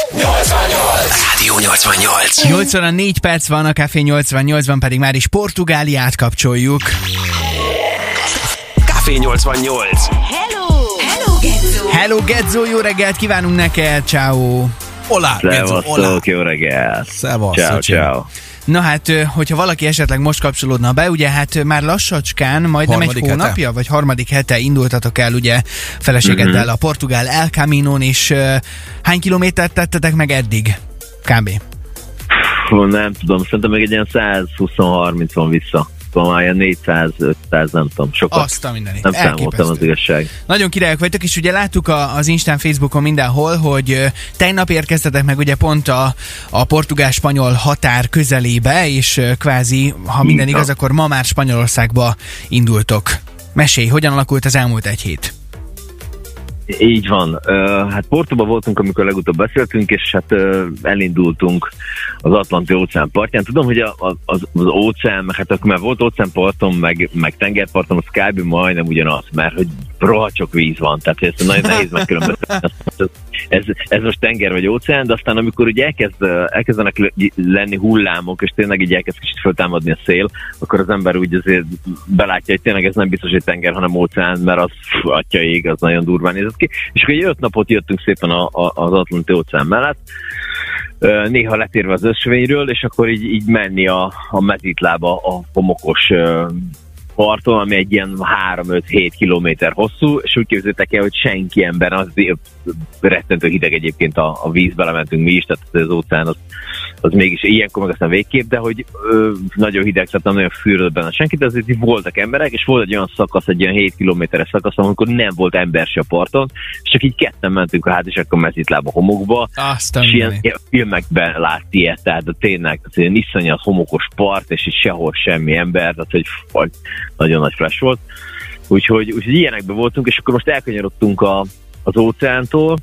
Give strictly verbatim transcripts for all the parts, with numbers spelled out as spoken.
nyolcvannyolc Rádió nyolcvannyolc nyolc óra négy perc van, a Café nyolcvannyolcban pedig már is Portugáliát kapcsoljuk. Café nyolcvannyolc. Hello! Hello, Gezzó! Hello, Gezzó, jó reggelt kívánunk neked, ciao. Olá, Gezzó, olá. Szevasztok, jó reggelt. Szevasz, Ciao, öcsém. ciao. Na hát, hogyha valaki esetleg most kapcsolódna be, ugye hát már lassacskán, majdnem egy Harmadik hónapja, hete? vagy harmadik hete indultatok el ugye feleségeddel Mhm. a portugál El Caminon, és uh, hány kilométert tettetek meg eddig? Kb. Fú, nem tudom, szerintem még egy ilyen száz húsz-harminc van vissza. Szóval már ilyen négyszáz-ötszáz, nem tudom, sokat. Azt a mindenit. Nem számoltam, az igazság. Nagyon királyok vagytok, és ugye láttuk a, az Instán, Facebookon mindenhol, hogy ö, tegnap érkeztetek meg ugye pont a, a portugál-spanyol határ közelébe, és ö, kvázi, ha minden Igen. igaz, akkor ma már Spanyolországba indultok. Mesélj, hogyan alakult az elmúlt egy hét? Így van. Uh, hát Portóban voltunk, amikor legutóbb beszéltünk, és hát uh, elindultunk az Atlanti óceán partján. Tudom, hogy a, a, az, az óceán, hát akkor már volt óceánparton, meg, meg tengerparton, az kb. Majdnem ugyanaz, mert hogy rohadt sok víz van, tehát ez nagyon nehéz megkülönböztetni. Ez, ez most tenger vagy óceán, de aztán amikor ugye elkezd, elkezdenek lenni hullámok, és tényleg így elkezd kicsit föltámadni a szél, akkor az ember úgy azért belátja, hogy tényleg ez nem biztos, hogy tenger, hanem óceán, mert az pff, atya ég, az nagyon durván nézett ki. És akkor egy öt napot jöttünk szépen a, a, az Atlanti óceán mellett, néha letérve az ösvényről, és akkor így, így menni a, a mezítlába a homokos parton, ami egy ilyen három-öt-hét kilométer hosszú, és úgy képzeljétek el, hogy senki ember, az rettentő hideg egyébként a, a vízbe, lementünk mi is, tehát az óceán az, az mégis ilyenkor meg aztán végképp, de hogy ö, nagyon hideg, tehát nem nagyon fűrött benne senki, de azért voltak emberek, és volt egy olyan szakasz, egy ilyen hét kilométeres szakasz, amikor nem volt ember se a parton, és csak így ketten mentünk a hátizsákkal mezítlába homokba, Azt a és ilyen, mindenit. ilyen filmekben lát ilyet, tehát de tényleg az ilyen iszonyat homokos part, és itt sehol semmi ember, tehát hogy faj, nagyon nagy flash volt. Úgyhogy, úgyhogy ilyenekben voltunk, és akkor most elkanyarodtunk a, az óceántól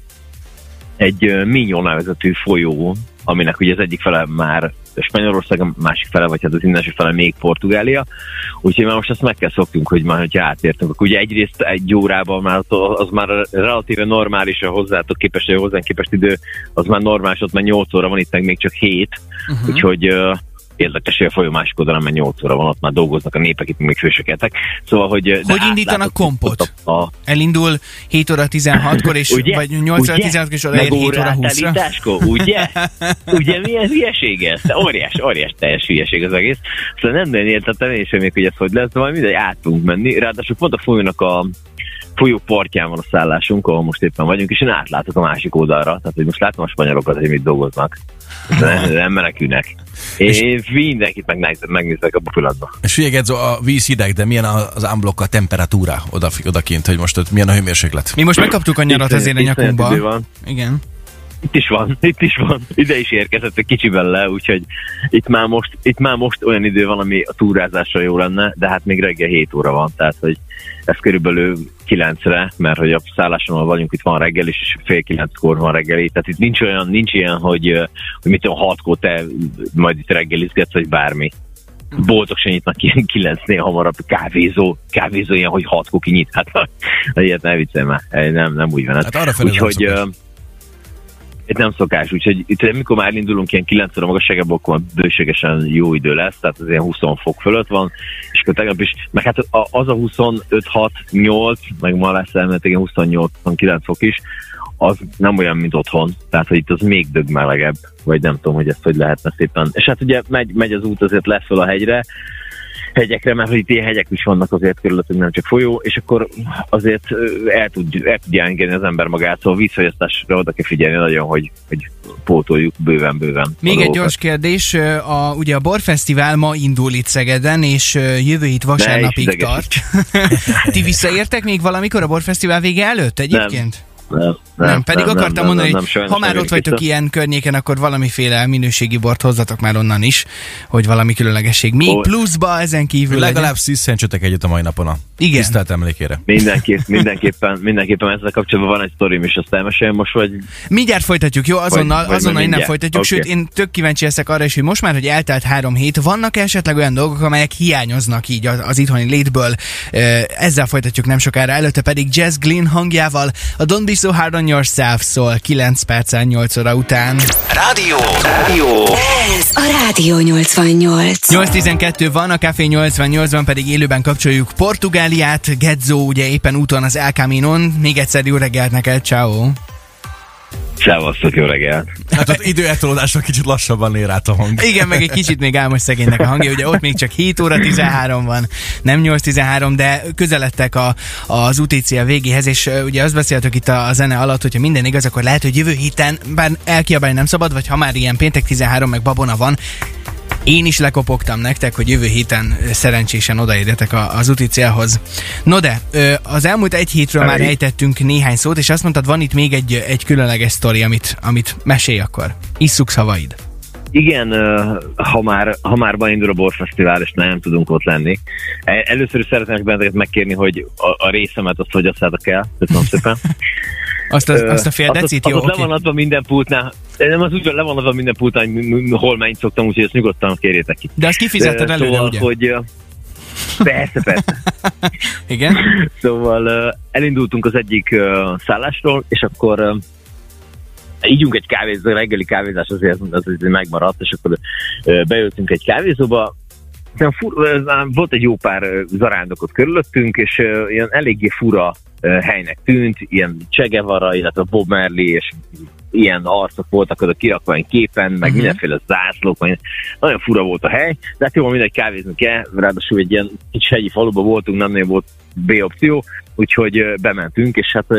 egy uh, Miño nevezetű folyó, aminek ugye az egyik fele már Spanyolország, a másik fele, vagy hát az innenső fele még Portugália. Úgyhogy már most azt meg kell szoktunk, hogy már, hogyha átértünk, akkor ugye egyrészt egy órában már az már relatíve normális a hozzátok képest, a hozzánk képest idő, az már normális, ott már nyolc óra van, itt meg még csak hét, uh-huh. úgyhogy uh, érdekes, hogy a folyó másik oldalán, mert nyolc óra van, ott már dolgoznak a népek, itt még fősöketek. Szóval, hogy... Hogy indítanak kompot? A... Elindul hét óra tizenhatkor, és ugye? vagy nyolc óra tizenhatkor, és odaér hét óra húszra. Ugye? Ugye milyen hülyeség ez? Óriás, óriás teljes hülyeség az egész. Szóval nem nagyon értettem én sem még, hogy ez hogy lesz, de majd mindegy, át tudunk menni. Ráadásul pont a folyónak a folyó partján van a szállásunk, ahol most éppen vagyunk, és én átlátok a másik oldalra. Tehát, hogy most látom a spanyolokat, hogy mit dolgoznak. Nem, nem menekülnek. És mindenkit megnéztek a pillanatban. És figyelj, Gezzó, a víz hideg, de milyen az unblock a temperatúra oda, odakint, hogy most ott milyen a hőmérséklet? Mi most megkaptuk a nyarat Itt- azért a itt nyakunkba. idő van. Igen. Itt is van, itt is van. Ide is érkezett egy kicsivel le, úgyhogy itt már most, itt már most olyan idő van, ami a túrázásra jó lenne, de hát még reggel hét óra van, tehát hogy ez körülbelül kilencre, mert hogy a szálláson, ahol vagyunk, itt van reggel is, és fél kilenckor van reggeli, tehát itt nincs olyan, nincs ilyen, hogy, hogy mit tudom, hatkor te majd itt reggelizgetsz, vagy bármi. Boltok se nyitnak ilyen kilencnél hamarabb, kávézó, kávézó ilyen, hogy hatkor kinyit, hát ilyet ne viccelj már, nem, nem úgy van. Hát arra felé nem Úgyhogy szokás. itt nem szokás, úgyhogy itt mikor már elindulunk ilyen kilenc óra magasságában, akkor bőségesen jó idő lesz, tehát az ilyen húsz fok fölött van, és akkor tegnap is, meg hát az a huszonöt hat nyolc, meg ma lesz elméletileg huszonnyolc huszonkilenc fok is, az nem olyan, mint otthon, tehát hogy itt az még dög melegebb, vagy nem tudom, hogy ezt hogy lehetne szépen. És hát ugye megy, megy az út azért lesz fel a hegyre, hegyekre, mert hogy itt ilyen hegyek is vannak azért körülöttünk, nem csak folyó, és akkor azért el, tud, el tudja engedni az ember magát, szóval vízfogyasztásra oda kell figyelni nagyon, hogy, hogy pótoljuk bőven-bőven. Még egy gyors kérdés, a, ugye a Borfesztivál ma indul itt Szegeden, és jövő hét vasárnapig tart. Ti visszaértek még valamikor a Borfesztivál vége előtt egyébként? Nem, nem, nem, pedig nem, akartam nem, mondani, nem, nem, hogy ha már ott vagytok vissza. ilyen környéken, akkor valamiféle minőségi bort hozzatok már onnan is, hogy valami különlegesség. Még Ó, pluszba ezen kívül Legalább sziszencsetek együtt a mai napon a Igen. tisztelt emlékére. Mindenképp, mindenképpen, mindenképpen ezzel kapcsolatban van egy sztorim is, azt elmeséljem most, vagy... Mindjárt folytatjuk, jó? Azonnal, Vagy- vagy azonnal innen mindjárt. folytatjuk, Oké. sőt, én tök kíváncsi leszek arra is, hogy most már, hogy eltelt három hét, vannak esetleg olyan dolgok, amelyek hiányoznak így az, az itthoni létből. Ezzel folytatjuk nem sokára, előtte pedig Jazz Glynn hangjával, a Don't Be So Hard on Yourself szól kilenc perccel nyolc óra után. Rádió! Rádió! Ez a Rádió nyolcvannyolc. nyolc tizenkettő van, a Café nyolcvannyolcban pedig élőben kapcsoljuk Portugáliát. Gedzó ugye éppen úton az El Caminon. Még egyszer jó reggelt neked, ciao. Szevasztok, jó reggelt! Hát ott időeltolódásra kicsit lassabban ér át a hang. Igen, meg egy kicsit még álmos szegénynek a hangja, ugye ott még csak hét óra tizenhárom van, nem nyolc tizenhárom, de közeledtek a, az u té cé a végéhez, és uh, ugye azt beszéltük itt a, a zene alatt, hogyha minden igaz, akkor lehet, hogy jövő héten, bár elkiabálni nem szabad, vagy ha már ilyen péntek tizenhárom meg babona van, én is lekopogtam nektek, hogy jövő héten szerencsésen odaérjetek az u té célhoz. No de, az elmúlt egy hétről már ejtettünk néhány szót, és azt mondtad, van itt még egy, egy különleges sztori, amit, amit mesélj akkor. Isszuk szavaid. Igen, ha már, ha már beindul a borfesztivál, és nem tudunk ott lenni. Először is szeretnék benneteket megkérni, hogy a, a részemet azt hagyasszátok el. Köszönöm szépen. Azt a, azt a fél decit, jó, oké. oké. Le van adva minden pultnál. Nem, az úgy van, le van adva minden pultnál, hogy hol mennyit szoktam, úgyhogy ezt nyugodtan kérjétek ki. De azt kifizetted előre, szóval, ugye? Hogy, persze, persze. Igen? Szóval elindultunk az egyik szállásról, és akkor ígyunk egy kávézó, reggeli kávézás azért, az azért megmaradt, és akkor bejöttünk egy kávézóba. Volt egy jó pár zarándokot körülöttünk, és ilyen eléggé fura helynek tűnt, ilyen Che Guevara, illetve Bob Marley, és ilyen arcok voltak oda kirakva egy képen, meg uh-huh. mindenféle zászlók, meg nagyon fura volt a hely, de hát jó, mindegy, kávéznunk el, ráadásul egy ilyen kicsi hegyi faluban voltunk, nem nagyon volt B-opció, úgyhogy bementünk, és hát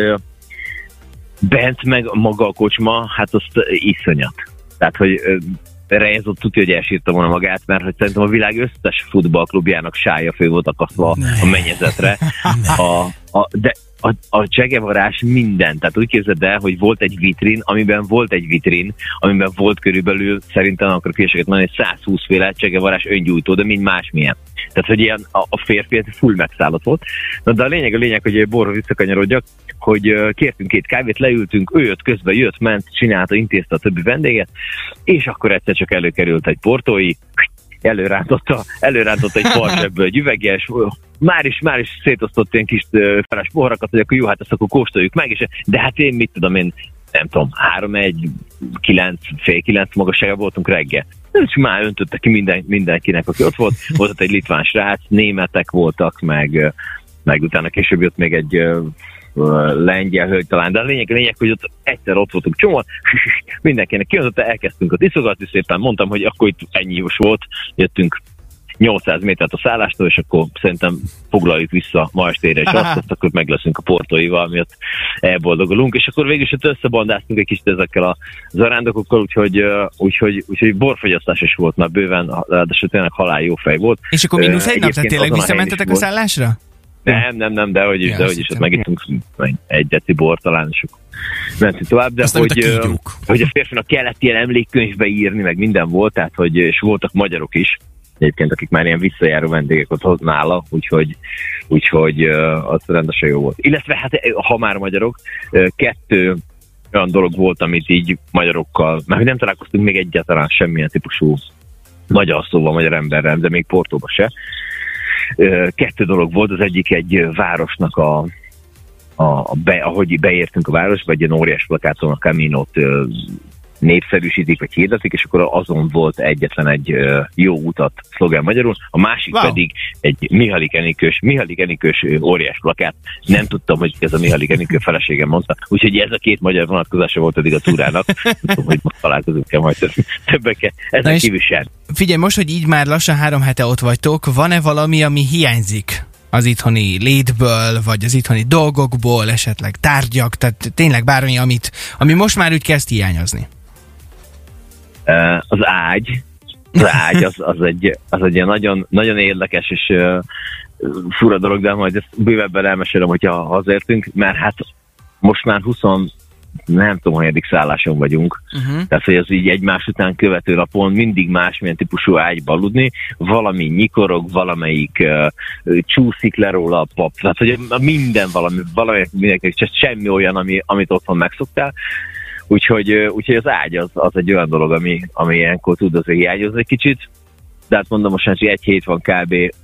bent meg maga a kocsma, hát azt iszonyat. Tehát, hogy Rejezott tudja, hogy elsírta volna magát, mert hogy szerintem a világ összes futballklubjának sája fő volt akasztva a mennyezetre. A, a, de a, a Che Guevarás minden, tehát úgy képzeld el, hogy volt egy vitrin, amiben volt egy vitrin, amiben volt körülbelül, szerintem akkor hülyeséget mondani, százhúsz féle Che Guevarás öngyújtó, de mind másmilyen. Tehát, hogy ilyen a, a férfi full megszállott volt. Na, de a lényeg a lényeg, hogy borra visszakanyarodjak, hogy kértünk két kávét, leültünk, ő jött közben, jött, ment, csinálta, intézte a többi vendéget, és akkor egyszer csak előkerült egy portói, előrántotta, előrántotta egy farsebből egy üveges, már is, már is szétosztott ilyen kis feles poharakat, hogy akkor jó, hát ezt akkor kóstoljuk meg, és, de hát én mit tudom én, nem tudom, három, egy, kilenc, fél kilenc magassága voltunk reggel. És már öntötte ki minden, mindenkinek, aki ott volt. Volt ott egy litván srác, németek voltak, meg, meg utána később jött még egy uh, lengyel hölgy talán, de a lényeg, a lényeg, hogy ott egyszer ott voltunk csomóan, mindenkinek kijöntötte, elkezdtünk ott iszogatni, szépen mondtam, hogy akkor itt ennyi is volt, jöttünk nyolcszáz métert a szállástól, és akkor szerintem foglaljuk vissza ma estére, és azt, azt akkor meg leszünk a portóival, miatt elboldogulunk, és akkor végül is összebandáztunk egy kicsit ezekkel a zarándokokkal, úgyhogy, úgyhogy, úgyhogy borfogyasztás is volt már bőven, de tényleg halál jó fej volt. És akkor mínusz egy nap, tehát tényleg visszamentetek a szállásra? Nem, nem, nem, de hogy is, ja, de hogy is, ott megittünk egy deci bor talán, és akkor mentünk tovább, de hogy, hogy a férfinak kellett ilyen emlékkönyvbe írni, meg minden volt, tehát hogy, és voltak magyarok is, egyébként, akik már ilyen visszajáró vendégek ott hoz nála, úgyhogy, úgyhogy uh, az rendesen jó volt. Illetve hát, ha már magyarok, uh, kettő olyan dolog volt, amit így magyarokkal, mert nem találkoztunk még egyáltalán semmilyen típusú magyar szóval, magyar emberrel, de még Portóba se. Uh, kettő dolog volt, az egyik egy városnak a, a, a be, ahogy beértünk a városba, egy ilyen óriás plakáton a Caminót uh, népszerűsítik, vagy hirdetik, és akkor azon volt egyetlen egy uh, jó utat szlogán magyarul, a másik wow. pedig egy Mihály Enikős, Mihály Enikős óriás plakát. Nem tudtam, hogy ez a Mihály Enikő feleségem mondta, úgyhogy ez a két magyar vonatkozása volt eddig a túrának. Nem tudom, hogy most találkozunk-e majd többeket. Ezen kívül sem. Figyelj, most, hogy így már lassan három hete ott vagytok, van-e valami, ami hiányzik az itthoni létből, vagy az itthoni dolgokból, esetleg tárgyak, tehát tényleg bármi, amit, ami most már úgy kezd hiányozni? Az ágy, az ágy az, az, egy, az egy nagyon, nagyon érdekes és uh, fura dolog, de majd ezt bővebben elmesélem, hogyha hazértünk, mert hát most már húsz, nem tudom, hanyadik szálláson vagyunk, uh-huh. tehát hogy az így egymás után követő napon mindig másmilyen típusú ágyba aludni, valami nyikorog, valamelyik uh, csúszik le róla a pap, tehát hogy minden valami, valami mindenkinek, csak semmi olyan, ami, amit otthon megszoktál. Úgyhogy, úgyhogy az ágy az, az egy olyan dolog, ami, ami ilyenkor tud azért hiányozni egy kicsit, de hát mondom, most egy hét van kb.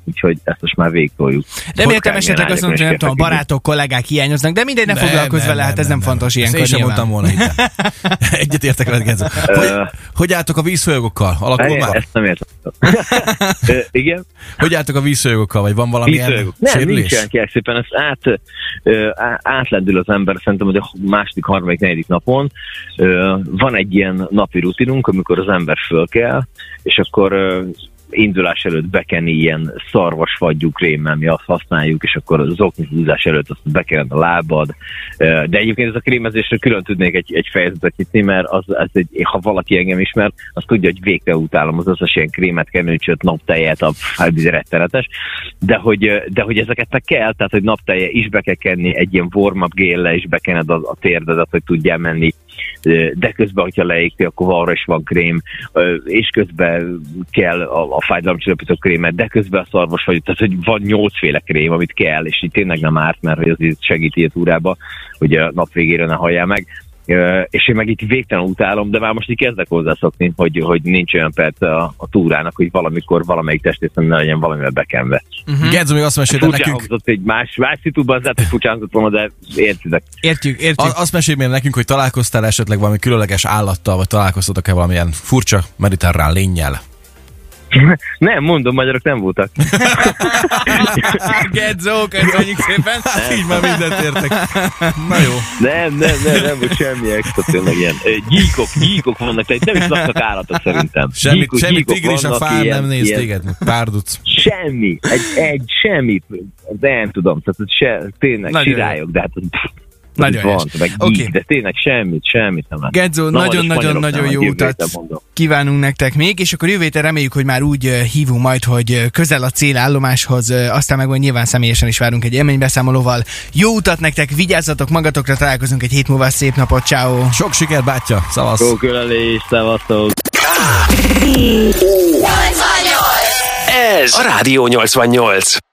úgyhogy ezt most már végtoljuk. Reméltem esetleg azt mondom, hogy nem tudom, a barátok, kollégák hiányoznak, de mindegy, ne foglalkozz vele, hát ez nem, nem fontos ilyenkor. Ezt én sem mondtam volna itt. Egyet értek veled, Gedzo. Hogy, hogy álltok a vízfolyagokkal? Alakul már? Ezt nem értem. Igen? Hogy álltok a vízfolyagokkal, vagy van valamilyen nem, sérülés? Nincsen, kérlek szépen, ezt át, átlendül az ember, szerintem, hogy a második, harmadik, negyedik napon van egy ilyen napi rutinunk, amikor az ember föl kell, és akkor indulás előtt bekenni ilyen szarvasfagyú krémmel, mi azt használjuk, és akkor az oknihúzás előtt azt bekened a lábad. De egyébként ez a krémezésre külön tudnék egy, egy fejezetet nyitni, mert az, az egy, ha valaki engem ismer, az tudja, hogy végtelen utálom az összes ilyen krémet, kenőcsöt, naptejet, a rettenetes, de hogy, de hogy ezeket te kell, tehát hogy napteje is be kell kenni, egy ilyen warm-up géllel is bekened a, a térdedet, hogy tudjál menni, de közben, hogyha leégti, akkor arra is van krém, és közben kell a, a fájdalomcsillapító krémet, de közben a szarvasfagyú, tehát hogy van nyolcféle krém, amit kell, és így tényleg nem árt, mert hogy az segíti a túrába, hogy a nap végére ne halljál meg. Uh, és én meg itt végtelen utálom, de már most így kezdek hozzászokni, hogy, hogy nincs olyan perc a, a túrának, hogy valamikor valamelyik testrészem ne legyen valamivel bekenve. Uh-huh. Gedzo még azt mesélte nekünk... Furcsán hangzott egy más, más szitúban, lehet, hogy furcsán hangzott volna, de értitek. Értjük, értjük. A, azt mesélj még nekünk, hogy találkoztál esetleg valami különleges állattal, vagy találkoztatok-e valamilyen furcsa mediterrán lénnyel? Nem, mondom, magyarok nem voltak. Gedzo, köszönjük szépen. Hát így már mindent értek. Na jó. Nem, nem, nem, nem volt semmi extra, tényleg ilyen. Gyíkok, gyíkok vannak, tehát nem is laknak állatok szerintem. Semmi, Gyíkok, semmi gyíkok tigris a fán ilyen, nem néz ilyen, téged, párduc. Semmi, egy, egy semmit, de nem tudom, tehát hogy se, tényleg nagyon sirályok, de hát nagyon van, meg okay. gyík, de tényleg semmit, semmit nem lát. Gedzo, nagyon-nagyon-nagyon jó utat kívánunk nektek még, és akkor jövő héten reméljük, hogy már úgy hívunk majd, hogy közel a célállomáshoz, aztán meg majd nyilván személyesen is várunk egy élménybeszámolóval. Jó utat nektek, vigyázzatok magatokra, találkozunk egy hét múlva, szép napot, ciao. Sok sikert, bátya, szavasz. Jó különlés, szevasztok. Ez a Rádió nyolcvannyolc.